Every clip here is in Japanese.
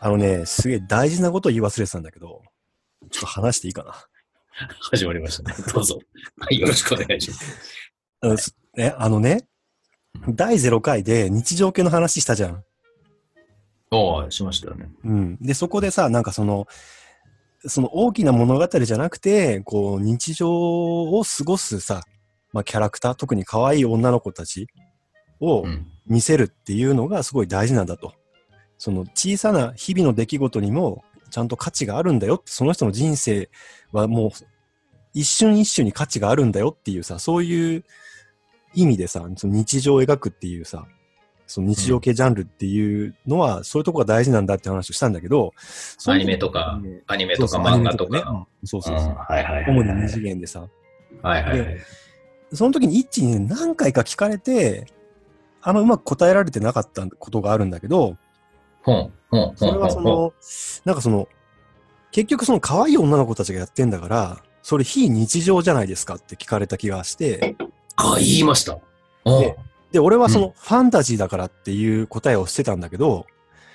すげえ大事なことを言い忘れてたんだけど、ちょっと話していいかな。 始まりましたね。どうぞ。はい、よろしくお願いします。 第0回で日常系の話したじゃん。 しましたよね。 うん。で、そこでさ、その大きな物語じゃなくて、こう、日常を過ごすさ、キャラクター、特に可愛い女の子たちを見せるっていうのがすごい大事なんだと。その小さな日々の出来事にもちゃんと価値があるんだよって、その人の人生はもう一瞬一瞬に価値があるんだよっていうさ、そういう意味でさ、その日常を描くっていうさ、その日常系ジャンルっていうのは、そういうとこが大事なんだって話をしたんだけど、 アニメとか漫画とかの。 そうそう。 はいはいはい。 主に二次元でさ。 はいはいはい。 その時にイッチに何回か聞かれて、うまく答えられてなかったことがあるんだけど、それは結局その可愛い女の子たちがやってんだから、それ非日常じゃないですかって聞かれた気がして。 言いました。 で、俺はそのファンタジーだからっていう答えをしてたんだけど、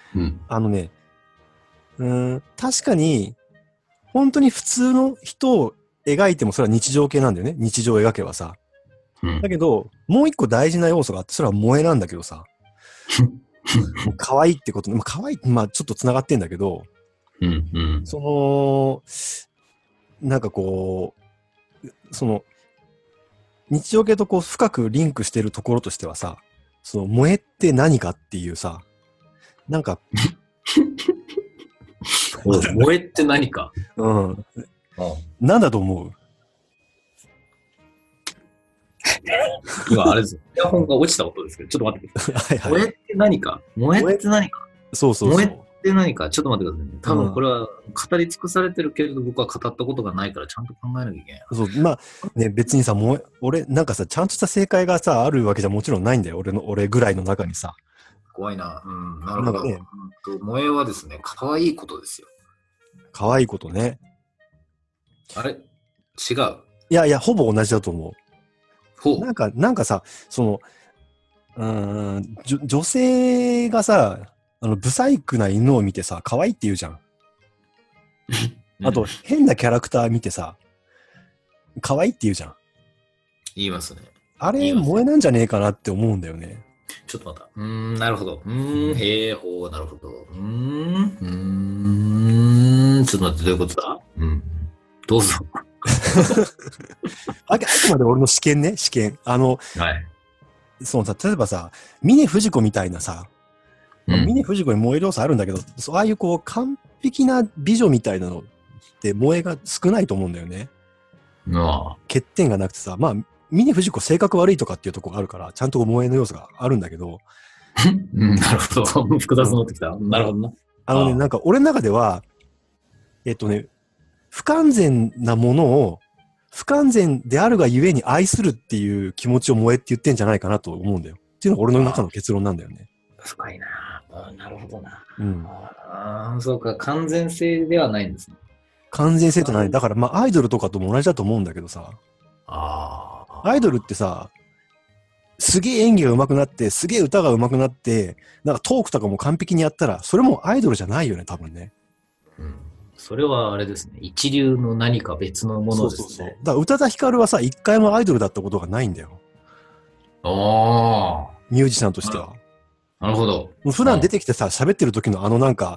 確かに、本当に普通の人を描いてもそれは日常系なんだよね。日常を描けばさ。だけど、もう一個大事な要素があって、それは萌えなんだけどさ。可愛いってこと、可愛い、ちょっと繋がってんだけど、日常系とこう深くリンクしてるところとしてはさ、その萌えって何かっていうさ、 萌えって何かなんだと思う？ 今あれですよ。イヤホンが落ちた音ですけど、ちょっと待ってください。萌えって何かそう。 萌えって何かちょっと待ってくださいね。多分これは語り尽くされてるけれど、僕は語ったことがないからちゃんと考えなきゃいけない。 そう、別にさ、俺、ちゃんとした正解がさ、あるわけじゃもちろんないんだよ。俺ぐらいの中にさ。 怖いな。なるほど。萌えはですね、可愛いことですよ。 可愛いことね。 あれ違う。 いや、ほぼ同じだと思う。なんかさ、女性がさ、ブサイクな犬を見てさ、可愛いって言うじゃん。あと、変なキャラクター見てさ、可愛いって言うじゃん。 言いますね。 あれ、萌えなんじゃねえかなって思うんだよね。 ちょっと待った。なるほど。なるほど。ちょっと待って、どういうことだ？どうぞ。 あくまで俺の試験ね、試験。例えばさ、峰不二子みたいなさ、峰不二子に萌え要素あるんだけど、ああいうこう、完璧な美女みたいなのって萌えが少ないと思うんだよね。欠点がなくてさ、峰不二子性格悪いとかっていうところがあるから、ちゃんと萌えの要素があるんだけど。 なるほど。複雑になってきた。なるほどな。 俺の中では、不完全なものを、不完全であるがゆえに愛するっていう気持ちを萌えって言ってんじゃないかなと思うんだよ。っていうのが俺の中の結論なんだよね。 深いな。なるほどな。そうか、完全性ではないんですね。 完全性とない。だからアイドルとかとも同じだと思うんだけどさ。アイドルってさ、すげえ演技が上手くなって、すげえ歌が上手くなって、トークとかも完璧にやったら、それもアイドルじゃないよね、多分ね。 それはあれですね。一流の何か別のものですね。そう。 だから宇多田ヒカルはさ、一回もアイドルだったことがないんだよ。ミュージシャンとしては。 なるほど。 普段出てきてさ、喋ってる時の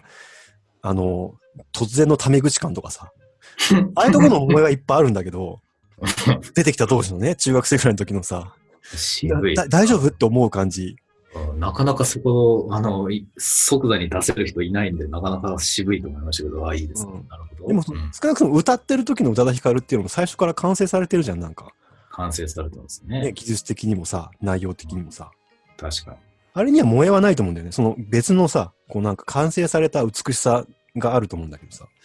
突然のタメ口感とかさ、ああいうところの思いはいっぱいあるんだけど、出てきた当時のね、中学生くらいの時のさ、大丈夫って思う感じ。 なかなかそこを、即座に出せる人いないんで、なかなか渋いと思いましたけど、いいですね。なるほど。 でも、少なくとも歌ってる時の宇多田ヒカルっていうのも最初から完成されてるじゃん、なんか。 完成されてますね。 技術的にもさ、内容的にもさ。 確かに。 あれには萌えはないと思うんだよね。その別のさ、こうなんか完成された美しさがあると思うんだけどさ。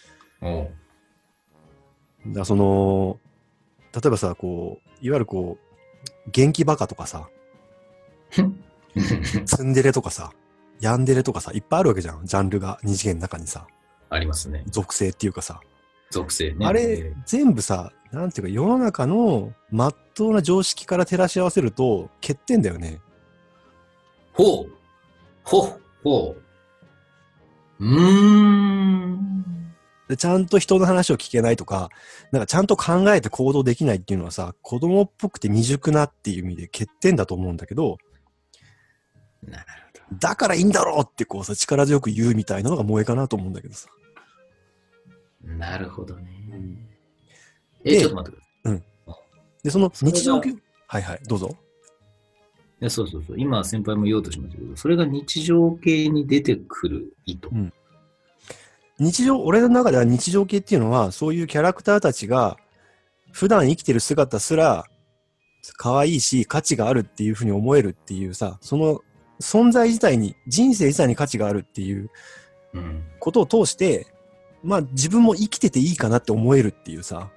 例えばさ、こう、いわゆるこう、元気バカとかさ、ツンデレとかさ、ヤンデレとかさ、いっぱいあるわけじゃん。ジャンルが二次元の中にさ。 ありますね。 属性っていうかさ。 属性ね。 あれ、全部さ、なんていうか世の中の真っ当な常識から照らし合わせると欠点だよね。 うーん。 でちゃんと人の話を聞けないとか、なんかちゃんと考えて行動できないっていうのはさ、子供っぽくて未熟なっていう意味で欠点だと思うんだけど、 なるだからいいんだろうってこうさ、力強く言うみたいなのが萌えかなと思うんだけどさ。 ほど。なるほどね。 でちょっと待ってください。 うん。で、そのそれが日常系、はいはい、どうぞ。 そうそうそう。今、先輩も言おうとしましたけど、それが日常系に出てくる意図。 うん。俺の中では日常系っていうのは、そういうキャラクターたちが、普段生きてる姿すら、可愛いし、価値があるっていうふうに思えるっていうさ、その存在自体に、人生自体に価値があるっていうことを通して、まあ自分も生きてていいかなって思えるっていうさ、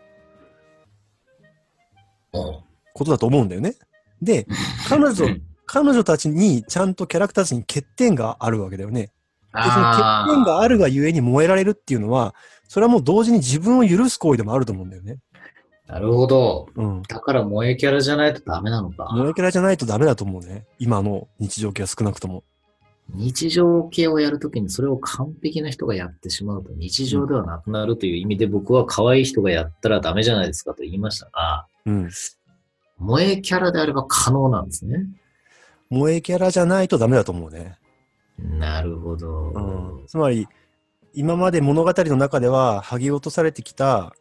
ことだと思うんだよね。で、彼女たちにちゃんとキャラクターたちに欠点があるわけだよね。で、その欠点があるがゆえに燃えられるっていうのは、それはもう同時に自分を許す行為でもあると思うんだよね。 なるほど。 うん。 だから萌えキャラじゃないとダメなのか。 萌えキャラじゃないとダメだと思うね。今の日常系は少なくとも。 日常系をやるときにそれを完璧な人がやってしまうと日常ではなくなるという意味で僕は可愛い人がやったらダメじゃないですかと言いましたが、 うん。 萌えキャラであれば可能なんですね。 萌えキャラじゃないとダメだと思うね。 なるほど。 うん。つまり、今まで物語の中では剥ぎ落とされてきた、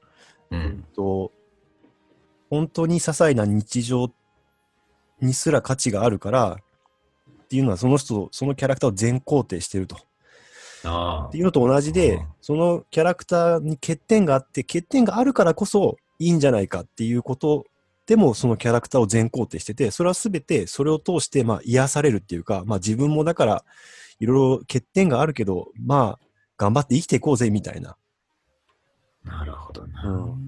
本当に些細な日常にすら価値があるから、っていうのはその人、そのキャラクターを全肯定してると。っていうのと同じで、そのキャラクターに欠点があって、欠点があるからこそいいんじゃないかっていうことでもそのキャラクターを全肯定してて、それはすべてそれを通してまあ癒されるっていうか、まあ自分もだからいろいろ欠点があるけど、まあ頑張って生きていこうぜみたいな。 なるほどな。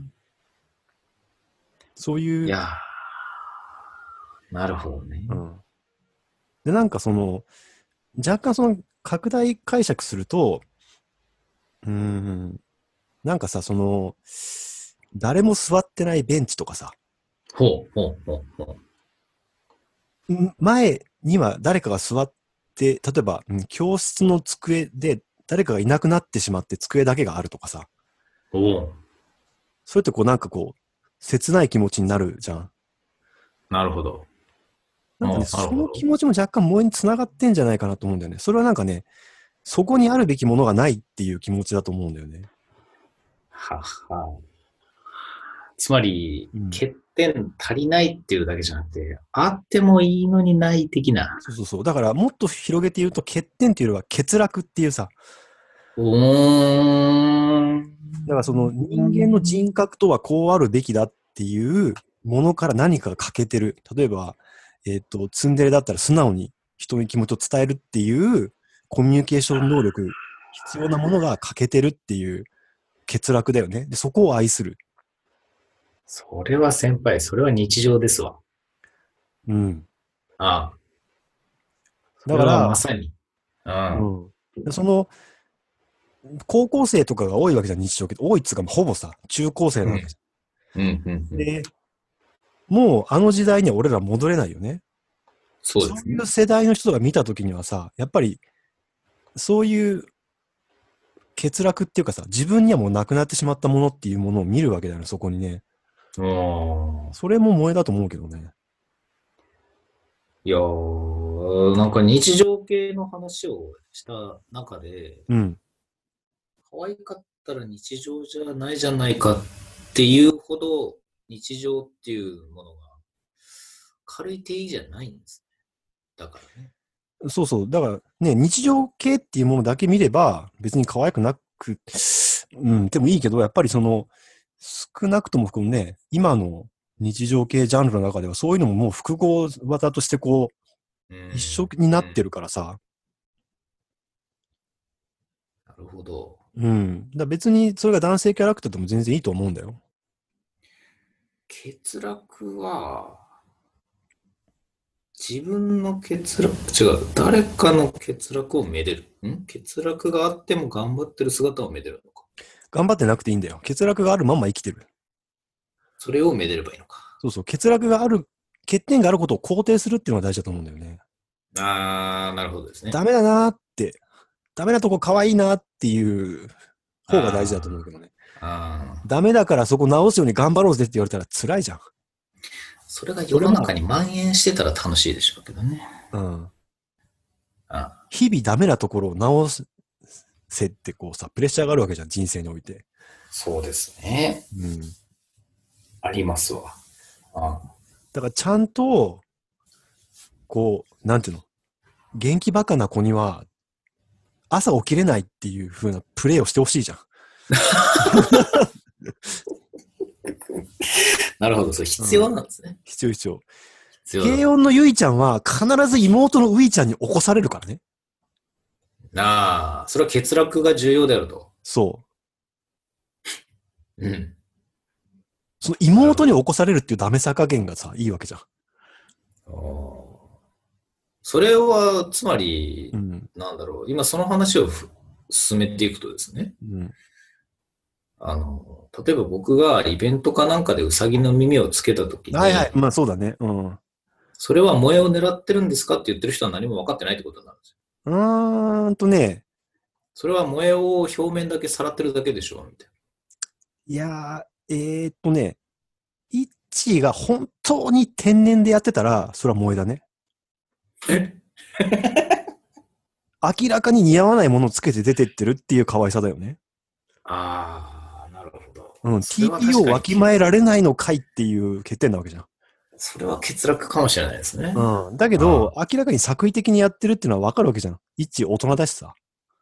そういう。 いやなるほどね。 で、なんかその、若干その拡大解釈すると、なんかさ、その、誰も座ってないベンチとかさ、前には誰かが座って、例えば、教室の机で誰かがいなくなってしまって机だけがあるとかさ、それってこうなんかこう、切ない気持ちになるじゃん。 なるほど。 なんかね、その気持ちも若干萌えに繋がってんじゃないかなと思うんだよね。それはなんかね、そこにあるべきものがないっていう気持ちだと思うんだよね。 はは。つまり、欠点足りないっていうだけじゃなくて、あってもいいのにない的な。 そうそうそう。だからもっと広げて言うと欠点っていうよりは欠落っていうさ。だからその人間の人格とはこうあるべきだっていうものから何かが欠けてる。例えば、ツンデレだったら素直に人の気持ちを伝えるっていうコミュニケーション能力、必要なものが欠けてるっていう欠落だよね。で、そこを愛する。 それは先輩、それは日常ですわ。ああ。だから、まさに。 その、高校生とかが多いわけじゃん、日常系。多いっつうか、ほぼさ、中高生なわけじゃん。で、もうあの時代には俺ら戻れないよね。そういう世代の人が見たときにはさ、やっぱり、そういう欠落っていうかさ、自分にはもうなくなってしまったものっていうものを見るわけだよね、そこにね。それも萌えだと思うけどね。 いやー、なんか日常系の話をした中で、可愛かったら日常じゃないじゃないかっていうほど日常っていうものが軽い定義じゃないんですね。だからね。 そうそう。だからね、日常系っていうものだけ見れば別に可愛くなく、でもいいけど、やっぱりその、少なくともこのね、今の日常系ジャンルの中ではそういうのももう複合技としてこう、一緒になってるからさ。 なるほど。 だ別にそれが男性キャラクターでも全然いいと思うんだよ。 欠落は、自分の欠落、違う、誰かの欠落をめでる。欠落があっても頑張ってる姿をめでるのか。 頑張ってなくていいんだよ。欠落があるまんま生きてる。 それをめでればいいのか。 そうそう。欠落がある、欠点があることを肯定するっていうのが大事だと思うんだよね。 なるほどですね。 ダメだなーってダメなとこ可愛いなっていう方が大事だと思うけどね。ダメだからそこ直すように頑張ろうぜって言われたら辛いじゃん。 それが世の中に蔓延してたら楽しいでしょうけどね。 うん。日々ダメなところを直せってこうさ、プレッシャーがあるわけじゃん、人生において。 そうですね。うん。ありますわ。 だからちゃんと、こう、なんていうの、元気バカな子には、朝起きれないっていう風なプレイをしてほしいじゃん。 なるほど、それ必要なんですね。 必要。軽音のゆいちゃんは必ず妹のういちゃんに起こされるからね。 それは欠落が重要であると。 そう。うん。 その妹に起こされるっていうダメさ加減がさ、いいわけじゃん。 それは、つまり、なんだろう、今その話を進めていくとですね。例えば僕がイベントかなんかでウサギの耳をつけたときに。 はいはい。まあそうだね。うん。 それは萌えを狙ってるんですかって言ってる人は何も分かってないってことになるんですよ。ね。 それは萌えを表面だけさらってるだけでしょみたいな。いやね。イッチーが本当に天然でやってたら、それは萌えだね。明らかに似合わないものをつけて出てってるっていう可愛さだよね。 なるほど。 TPO をわきまえられないのかいっていう欠点なわけじゃん。 それは欠落かもしれないですね。 だけど、明らかに作為的にやってるっていうのはわかるわけじゃん。一大人だしさ。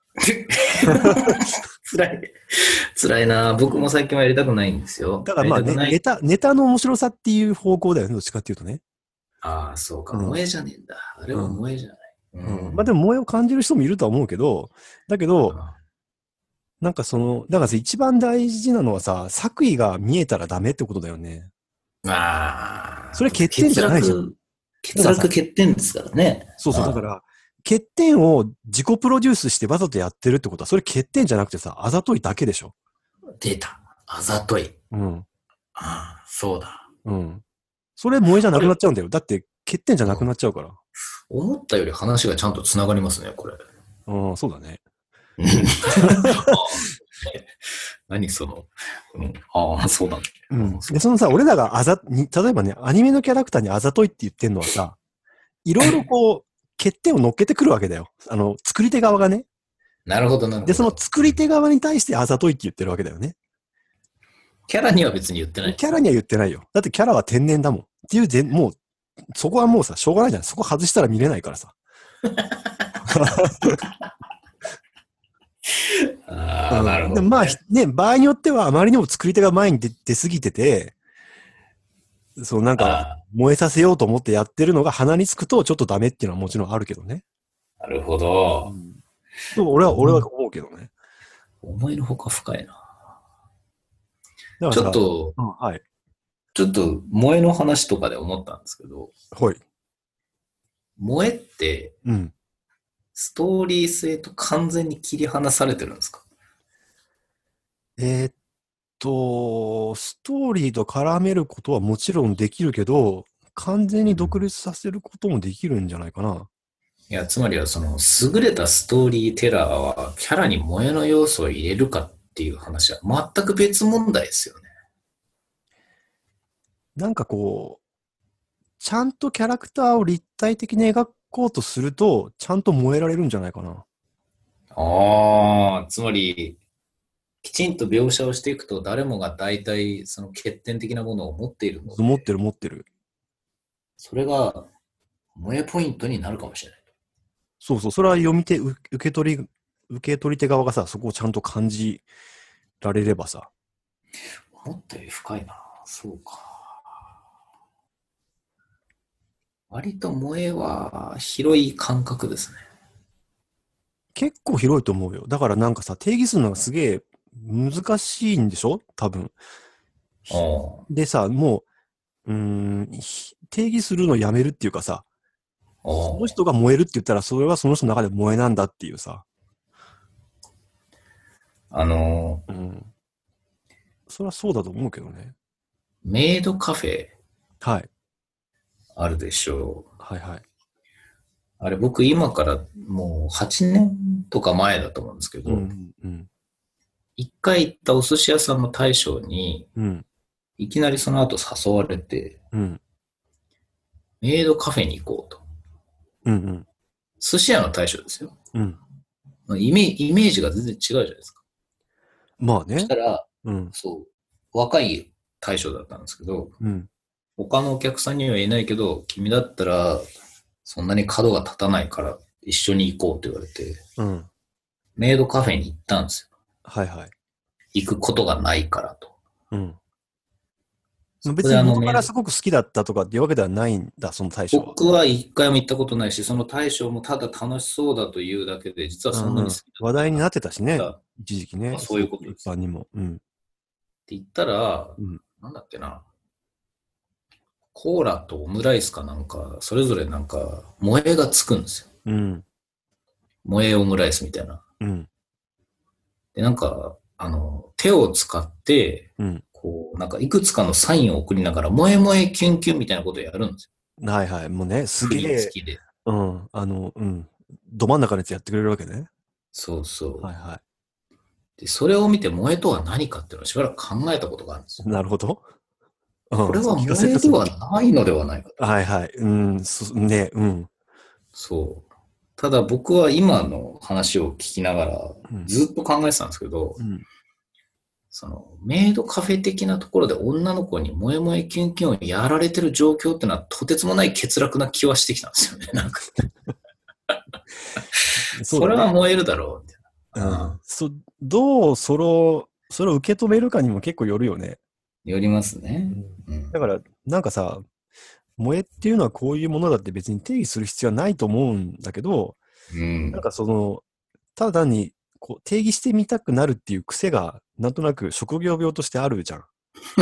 辛いな。僕も最近はやりたくないんですよ。 だからまあね、ネタの面白さっていう方向だよね、どっちかっていうとね。 そうか。萌えじゃねえんだ。あれは萌えじゃない。 まあでも萌えを感じる人もいるとは思うけど、だけど、なんかだから一番大事なのはさ、作為が見えたらダメってことだよね。それ欠点じゃないじゃん。 欠点ですからね。 そう。だから、欠点を自己プロデュースしてわざとやってるってことは、それ欠点じゃなくてさ、あざといだけでしょ。 出た。あざとい。そうだ。 それ萌えじゃなくなっちゃうんだよ。だって欠点じゃなくなっちゃうから。 思ったより話がちゃんと繋がりますね、これ。 そうだね。 何その、そうだね。で、さ、俺らが例えばね、アニメのキャラクターにあざといって言ってんのはさ、いろいろこう、欠点を乗っけてくるわけだよ。作り手側がね。 なるほど。 で、その作り手側に対してあざといって言ってるわけだよね。 キャラには別に言ってない。 キャラには言ってないよ。だってキャラは天然だもん。っていう、もう、そこはもうさ、しょうがないじゃん。そこ外したら見れないからさ。 なるほど、ね。 まあね、場合によってはあまりにも作り手が前に出過ぎてて、なんか、燃えさせようと思ってやってるのが鼻につくとちょっとダメっていうのはもちろんあるけどね。 なるほど。 俺は思うけどね。 思いのほか深いな。 ちょっと、 ちょっと萌えの話とかで思ったんですけど。 はい。 萌えって、ストーリー性と完全に切り離されてるんですか？ ストーリーと絡めることはもちろんできるけど、完全に独立させることもできるんじゃないかな。 いや、つまりは優れたストーリーテラーはキャラに萌えの要素を入れるかっていう話は全く別問題ですよね。 なんかこう、ちゃんとキャラクターを立体的に描こうとすると、ちゃんと燃えられるんじゃないかな。 つまり、きちんと描写をしていくと誰もが大体その欠点的なものを持っているので。 持ってる。 それが萌えポイントになるかもしれない。 そう。それは読み手、受け取り手側がさ、そこをちゃんと感じられればさ。 思ったより深いな。そうか。割と萌えは広い感覚ですね。 結構広いと思うよ。だからなんかさ、定義するのがすげえ難しいんでしょ多分。でさ、もう、定義するのやめるっていうかさ、その人が燃えるって言ったら、それはその人の中で燃えなんだっていうさ。それはそうだと思うけどね。 メイドカフェ。 はい。 あるでしょう。 はい。 あれ僕今からもう8年とか前だと思うんですけど、 うんうん、 一回行ったお寿司屋さんの大将に、 うん、 いきなりその後誘われて、 うん、 メイドカフェに行こうと。 うん、うん、 寿司屋の大将ですよ。 うん。 イメージが全然違うじゃないですか。 まあね。 そしたら、 うん、 そう、若い大将だったんですけど、 うん、 他のお客さんには言えないけど、君だったら、そんなに角が立たないから一緒に行こうって言われて、 うん。 メイドカフェに行ったんですよ。 はいはい。 行くことがないからと。 うん。 そこ別に元かでメイド、 らすごく好きだったとかっていうわけではないんだ、その大将は。 僕は一回も行ったことないし、その大将もただ楽しそうだというだけで、実はそんなうんうん。 に好きだ話題になってたしね。 った一時期ね。 そういうこと一です。っ般にも。うん。 て言ったら、 うん。 なんだっけな。コーラとオムライスかなんか、それぞれなんか、萌えがつくんですよ。 うん。 萌えオムライスみたいな。 うん。 で、なんか、手を使って、 うん。 こう、なんかいくつかのサインを送りながら、萌え萌えキュンキュンみたいなことをやるんですはいはい。もうね、 よ。振りすげえ、 付きで。 うん。うん。ど真ん中のやつやってくれるわけね。 そうそう。 はいはで、それを見て萌えとは何かっていうのをしばらく考えたことがあるんですい。なるほど。 よ。こうん。そうれは聞かせるとそう。 萌えではないのではないかと。 はいはい。うん。ね、うん。 そう。ただ僕は今の話を聞きながらうん。 ずっと考えてたんですけど、 うん。 そのメイドカフェ的なところで女の子に萌え萌えキュンキュンをやられてる状況ってのはとてつもない欠落な気はしてきたんですよね。なんかそうだね。 それは燃えるだろうみたいうな。 ん。どうそれを受け止めるかにも結構よるよね。 よりますね。 うん。 うん。 だから、なんかさ、萌えっていうのはこういうものだって別に定義する必要はないと思うんだけど、 うん。 なんかただ単にこう定義してみたくなるっていう癖が、なんとなく職業病としてあるじゃん。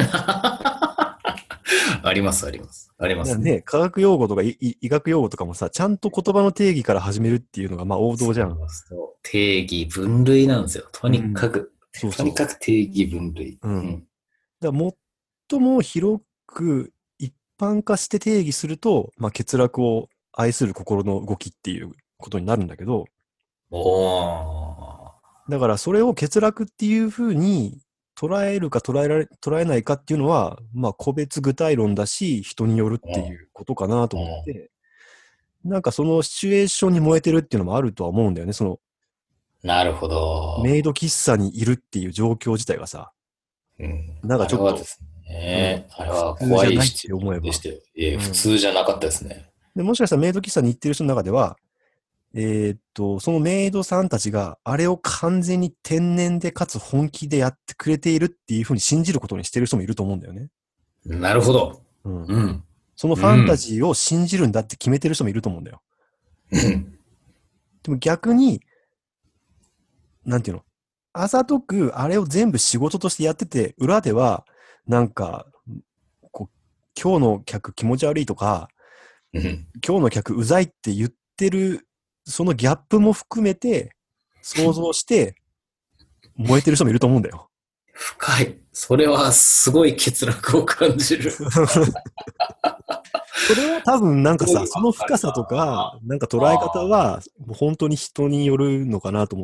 あります、あります。ありますね。 だからね、科学用語とか医学用語とかもさ、ちゃんと言葉の定義から始めるっていうのがまあ王道じゃん。 そうそう。定義、分類なんですよ。とうん。 にかく。とにそうそかく定義、分類。 う。うん。 うん。 だから最も広く一般化して定義すると、まあ欠落を愛する心の動きっていうことになるんだけど、 おー。 だからそれを欠落っていうふうに捉えるか捉えないかっていうのは、まあ個別具体論だし、人によるっていうことかなと思っうん。 て、なんかそのシチュエーションに燃えてるっていうのもあるとは思うんだよね。そのなるほど。 メイド喫茶にいるっていう状況自体がさ、 うん。 なんかあちょっと、 れはですうん、 ね、あれ普は通じゃないっ怖いシチュエーて思えば。 ションでしたよ。いえ、普うん。 通じゃなかったですね。 で、もしかしたらメイド喫茶に行ってる人の中では、そのメイドさんたちがあれを完全に天然でかつ本気でやってくれているっていうふうに信じることにしてる人もいると思うんだよね。 なるほど。 うん。 うん。 そのファンタうん。 ジーを信じるんだって決めてる人もいると思うんだよ。 うん。 でも逆に、なんていうの、あざとくあれを全部仕事としてやってて、裏では、なんか、こう、今日の客気持ち悪いとか、 うん。 今日の客うざいって言ってる、そのギャップも含めて、想像して燃えてる人もいると思うんだよ。 深い。それはすごい欠落を感じる。 それは多分なんかさ、 すごいそのわかる深さとか、なんか捉え方な。 は、もう本当に人によるのかなと思って、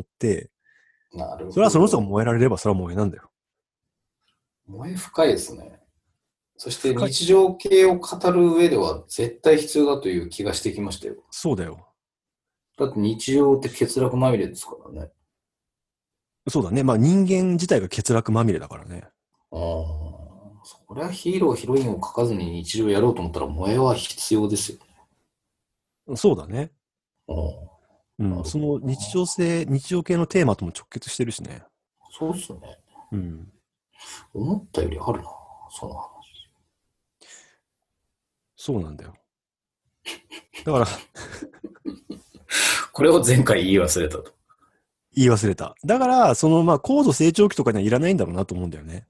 なるそれはその人がほど。 燃えられれば、それは燃えなんだよ。 萌え深いですね。そして深い。 日常系を語る上では絶対必要だという気がしてきましたよ。 そうだよ。 だって日常って欠落まみれですからね。 そうだね。まあ人間自体が欠落まみれだからね。 ああ、そりゃヒーロー、ヒロインを描かずに日常やろうと思ったら萌えは必要ですよね。 そうだね。 ああ、 うん。 なるほどそのな。 日常系のテーマとも直結してるしね。 そうっすね。 うん。 思ったよりあるな、その話。 そうなんだよ。だから、 これを前回言い忘れたと。 言い忘れた。だから、まあ、高度成長期とかにはいらないんだろうなと思うんだよね。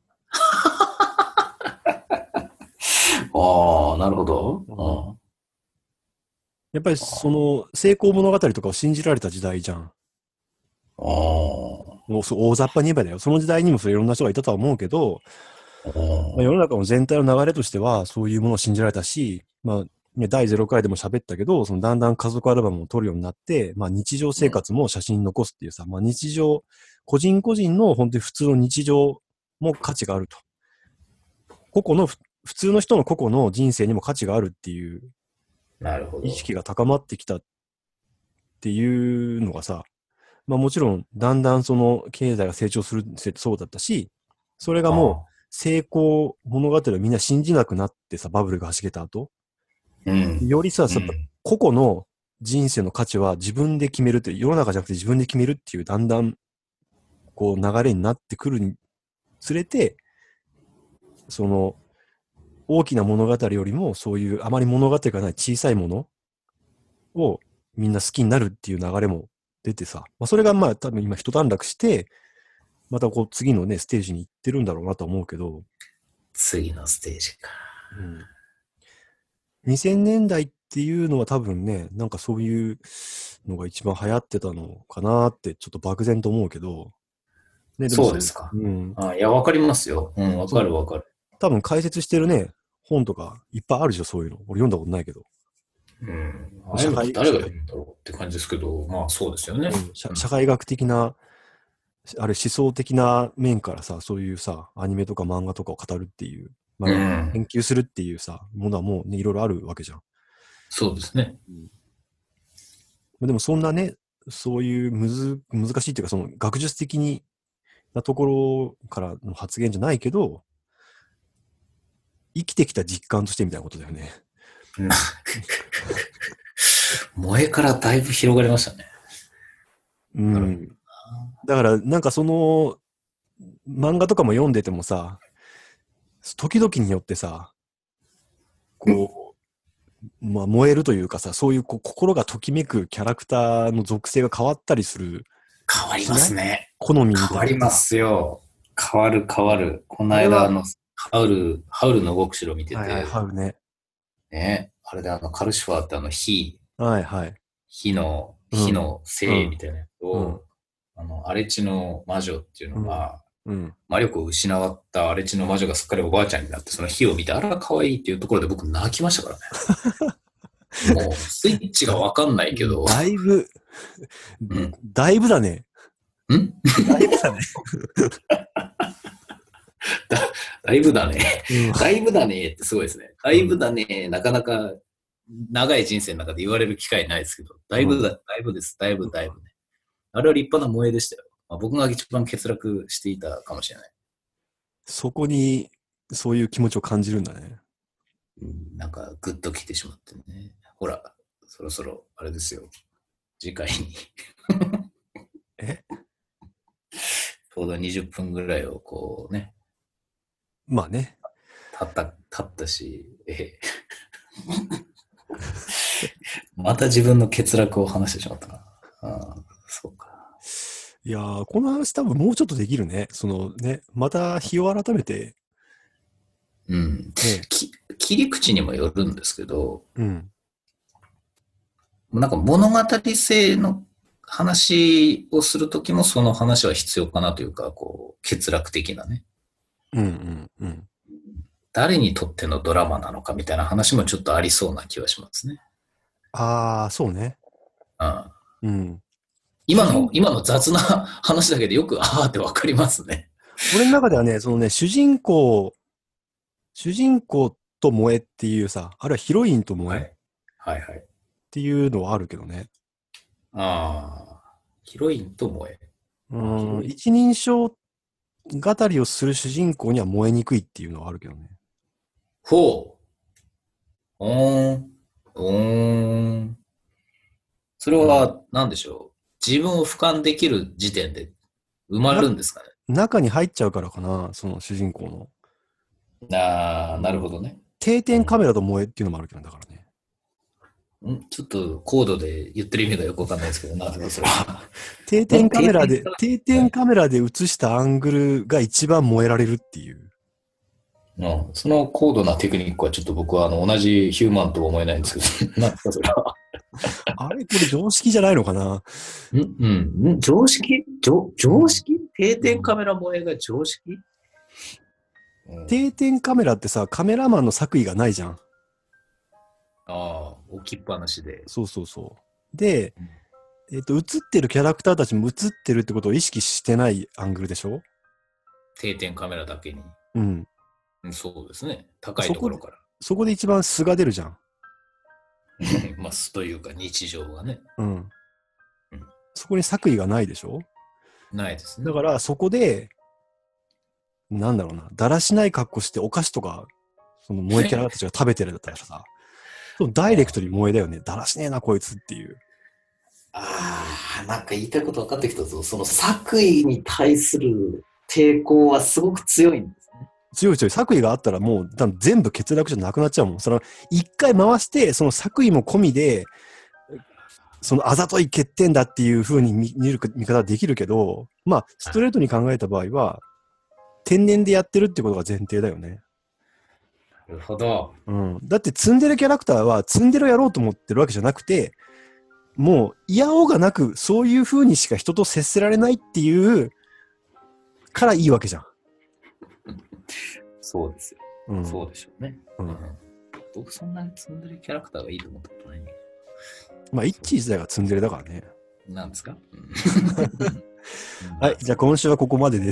ああ、なるほど。 うん。やっぱり成功物語とかを信じられた時代じゃん。 ああ、 もう大雑把に言えばだよ。その時代にもいろんな人がいたとは思うけど、 ああ、 まあ、世の中の全体の流れとしては、そういうものを信じられたし、まあ、 ね、第0回でも喋ったけど、そのだんだん家族アルバムを撮るようになって、まあ日常生活も写真に残すっていうさ、まあ日常、個人個人の本当に普通の日常も価値があると。個々の、普通の人の個々の人生にも価値があるっていう、 なるほど。 意識が高まってきたっていうのがさ、まあもちろん、だんだんその経済が成長する、そうだったし、それがもう成功物語をみんな信じなくなってさ、バブルが弾けた後、よりさ、個々の人生の価値は自分で決めるって、世の中じゃなくて自分で決めるっていうだんだん、こう流れになってくるにつれて、その、大きな物語よりも、そういうあまり物語がない小さいものをみんな好きになるっていう流れも出てさ、まあ、それがまあ多分今一段落して、またこう次のね、ステージに行ってるんだろうなと思うけど。 次のステージか。 2000年代っていうのは多分ね、なんかそういうのが一番流行ってたのかなってちょっと漠然と思うけど。 ね、でもそうですか。いや、わかりますよ。わかるわかる。 多分解説してるね、本とかいっぱいあるでしょ、そういうの。俺読んだことないけど。 誰が読むんだろうって感じですけど、まあそうですよね。 社会学的な、あれ思想的な面からさ、そういうさ、アニメとか漫画とかを語るっていう、まあ、研究するっていうさ、ものはもうね、いろいろあるわけじゃん。 そうですね。 でもそんなね、そういう難しいっていうか、その学術的なところからの発言じゃないけど、生きてきた実感としてみたいなことだよね。 萌えからだいぶ広がりましたね。 だから、なんかその、漫画とかも読んでてもさ、時々によってさ、こう、まあ燃えるというかさ、そういう心がときめくキャラクターの属性が変わったりする。 変わりますね。 好みみたいな。 変わりますよ。変わる変わる。この間ハウルの動く城見てて。 ハウルね。 ね。あれでカルシファーって火。火の精みたいなやつを、荒地の魔女っていうのが、魔力を失った荒地の魔女がすっかりおばあちゃんになって、その火を見て、あら、可愛いっていうところで僕泣きましたからね。もう、スイッチがわかんないけど。 だいぶだね。だいぶだね。 だいぶだね。だいぶだねってすごいですね。だいぶだね、なかなか長い人生の中で言われる機会ないですけど、だいぶです。だいぶね。あれは立派な萌えでしたよ。僕が一番欠落していたかもしれない。 そこに、そういう気持ちを感じるんだね。 なんか、グッと来てしまってね。ほら、そろそろ、あれですよ。次回に。ちょうど20分ぐらいをこうね。 まあね。 経ったし、また自分の欠落を話してしまったな。そうか。 いやー、この話多分もうちょっとできるね。そのね、また日を改めて。 切り口にもよるんですけど、なんか物語性の話をするときもその話は必要かなというか、こう、欠落的なね。誰にとってのドラマなのかみたいな話もちょっとありそうな気はしますね。 そうね。 今の雑な話だけでよくってわかりますね。 俺の中ではね、そのね、主人公と萌えっていうさ、あるいはヒロインと萌えっていうのはあるけどね。 ヒロインと萌え。 一人称語りをする主人公には燃えにくいっていうのはあるけどね。 それは何でしょう。自分を俯瞰できる時点で埋まるんですかね。 中に入っちゃうからかな、その主人公の。 なるほどね。 定点カメラと萌えっていうのもあるけど、だからね。 ちょっとコードで言ってる意味がよくわかんないですけど、なぜかそれは。 定点カメラで映したアングルが一番燃えられるっていう。 その高度なテクニックはちょっと僕は同じヒューマンとは思えないんですけど、なんですかそれは。 あれこれ常識じゃないのかな。 常識定点カメラ萌えが常識、 定点カメラってさ、カメラマンの作為がないじゃん。 ああ、置きっぱなしで。 そうそうそう。で、映ってるキャラクターたちも映ってるってことを意識してないアングルでしょ？ 定点カメラだけに。 うん。 そうですね。高いところから。 そこで一番素が出るじゃん。 まあ、素というか日常がね。 うん。そこに作為がないでしょ？ ないですね。 だからそこで、なんだろうな、だらしない格好してお菓子とか、その萌えキャラたちが食べてるだったらさ、ダイレクトに萌えだよね。だらしねえな、こいつっていう。 ああ、なんか言いたいこと分かってきたぞ。その作為に対する抵抗はすごく強いんですね。 強い。作為があったらもう多分全部欠落じゃなくなっちゃうもん。その一回回して、その作為も込みで、そのあざとい欠点だっていう風に見方できるけど、まあ、ストレートに考えた場合は、天然でやってるってことが前提だよね。 なるほど。 うん。だってツンデレキャラクターはツンデレをやろうと思ってるわけじゃなくて、もう嫌おうがなくそういう風にしか人と接せられないっていうからいいわけじゃん。 そうですよ。 うん、 そうでしょうね。僕そんなにツンデレキャラクターがいいと思ったことないね。 まあ、イッチー自体がツンデレだからね。 なんですか？ はい、じゃあ今週はここまでです。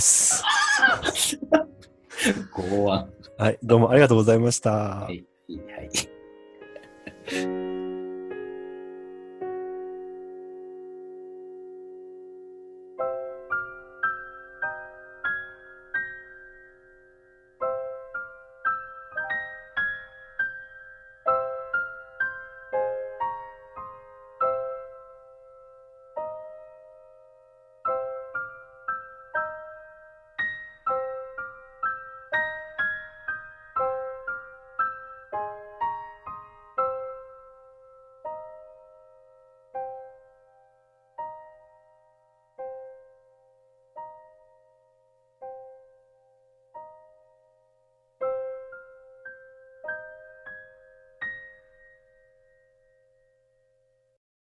剛腕。 はい、どうもありがとうございました。 はい。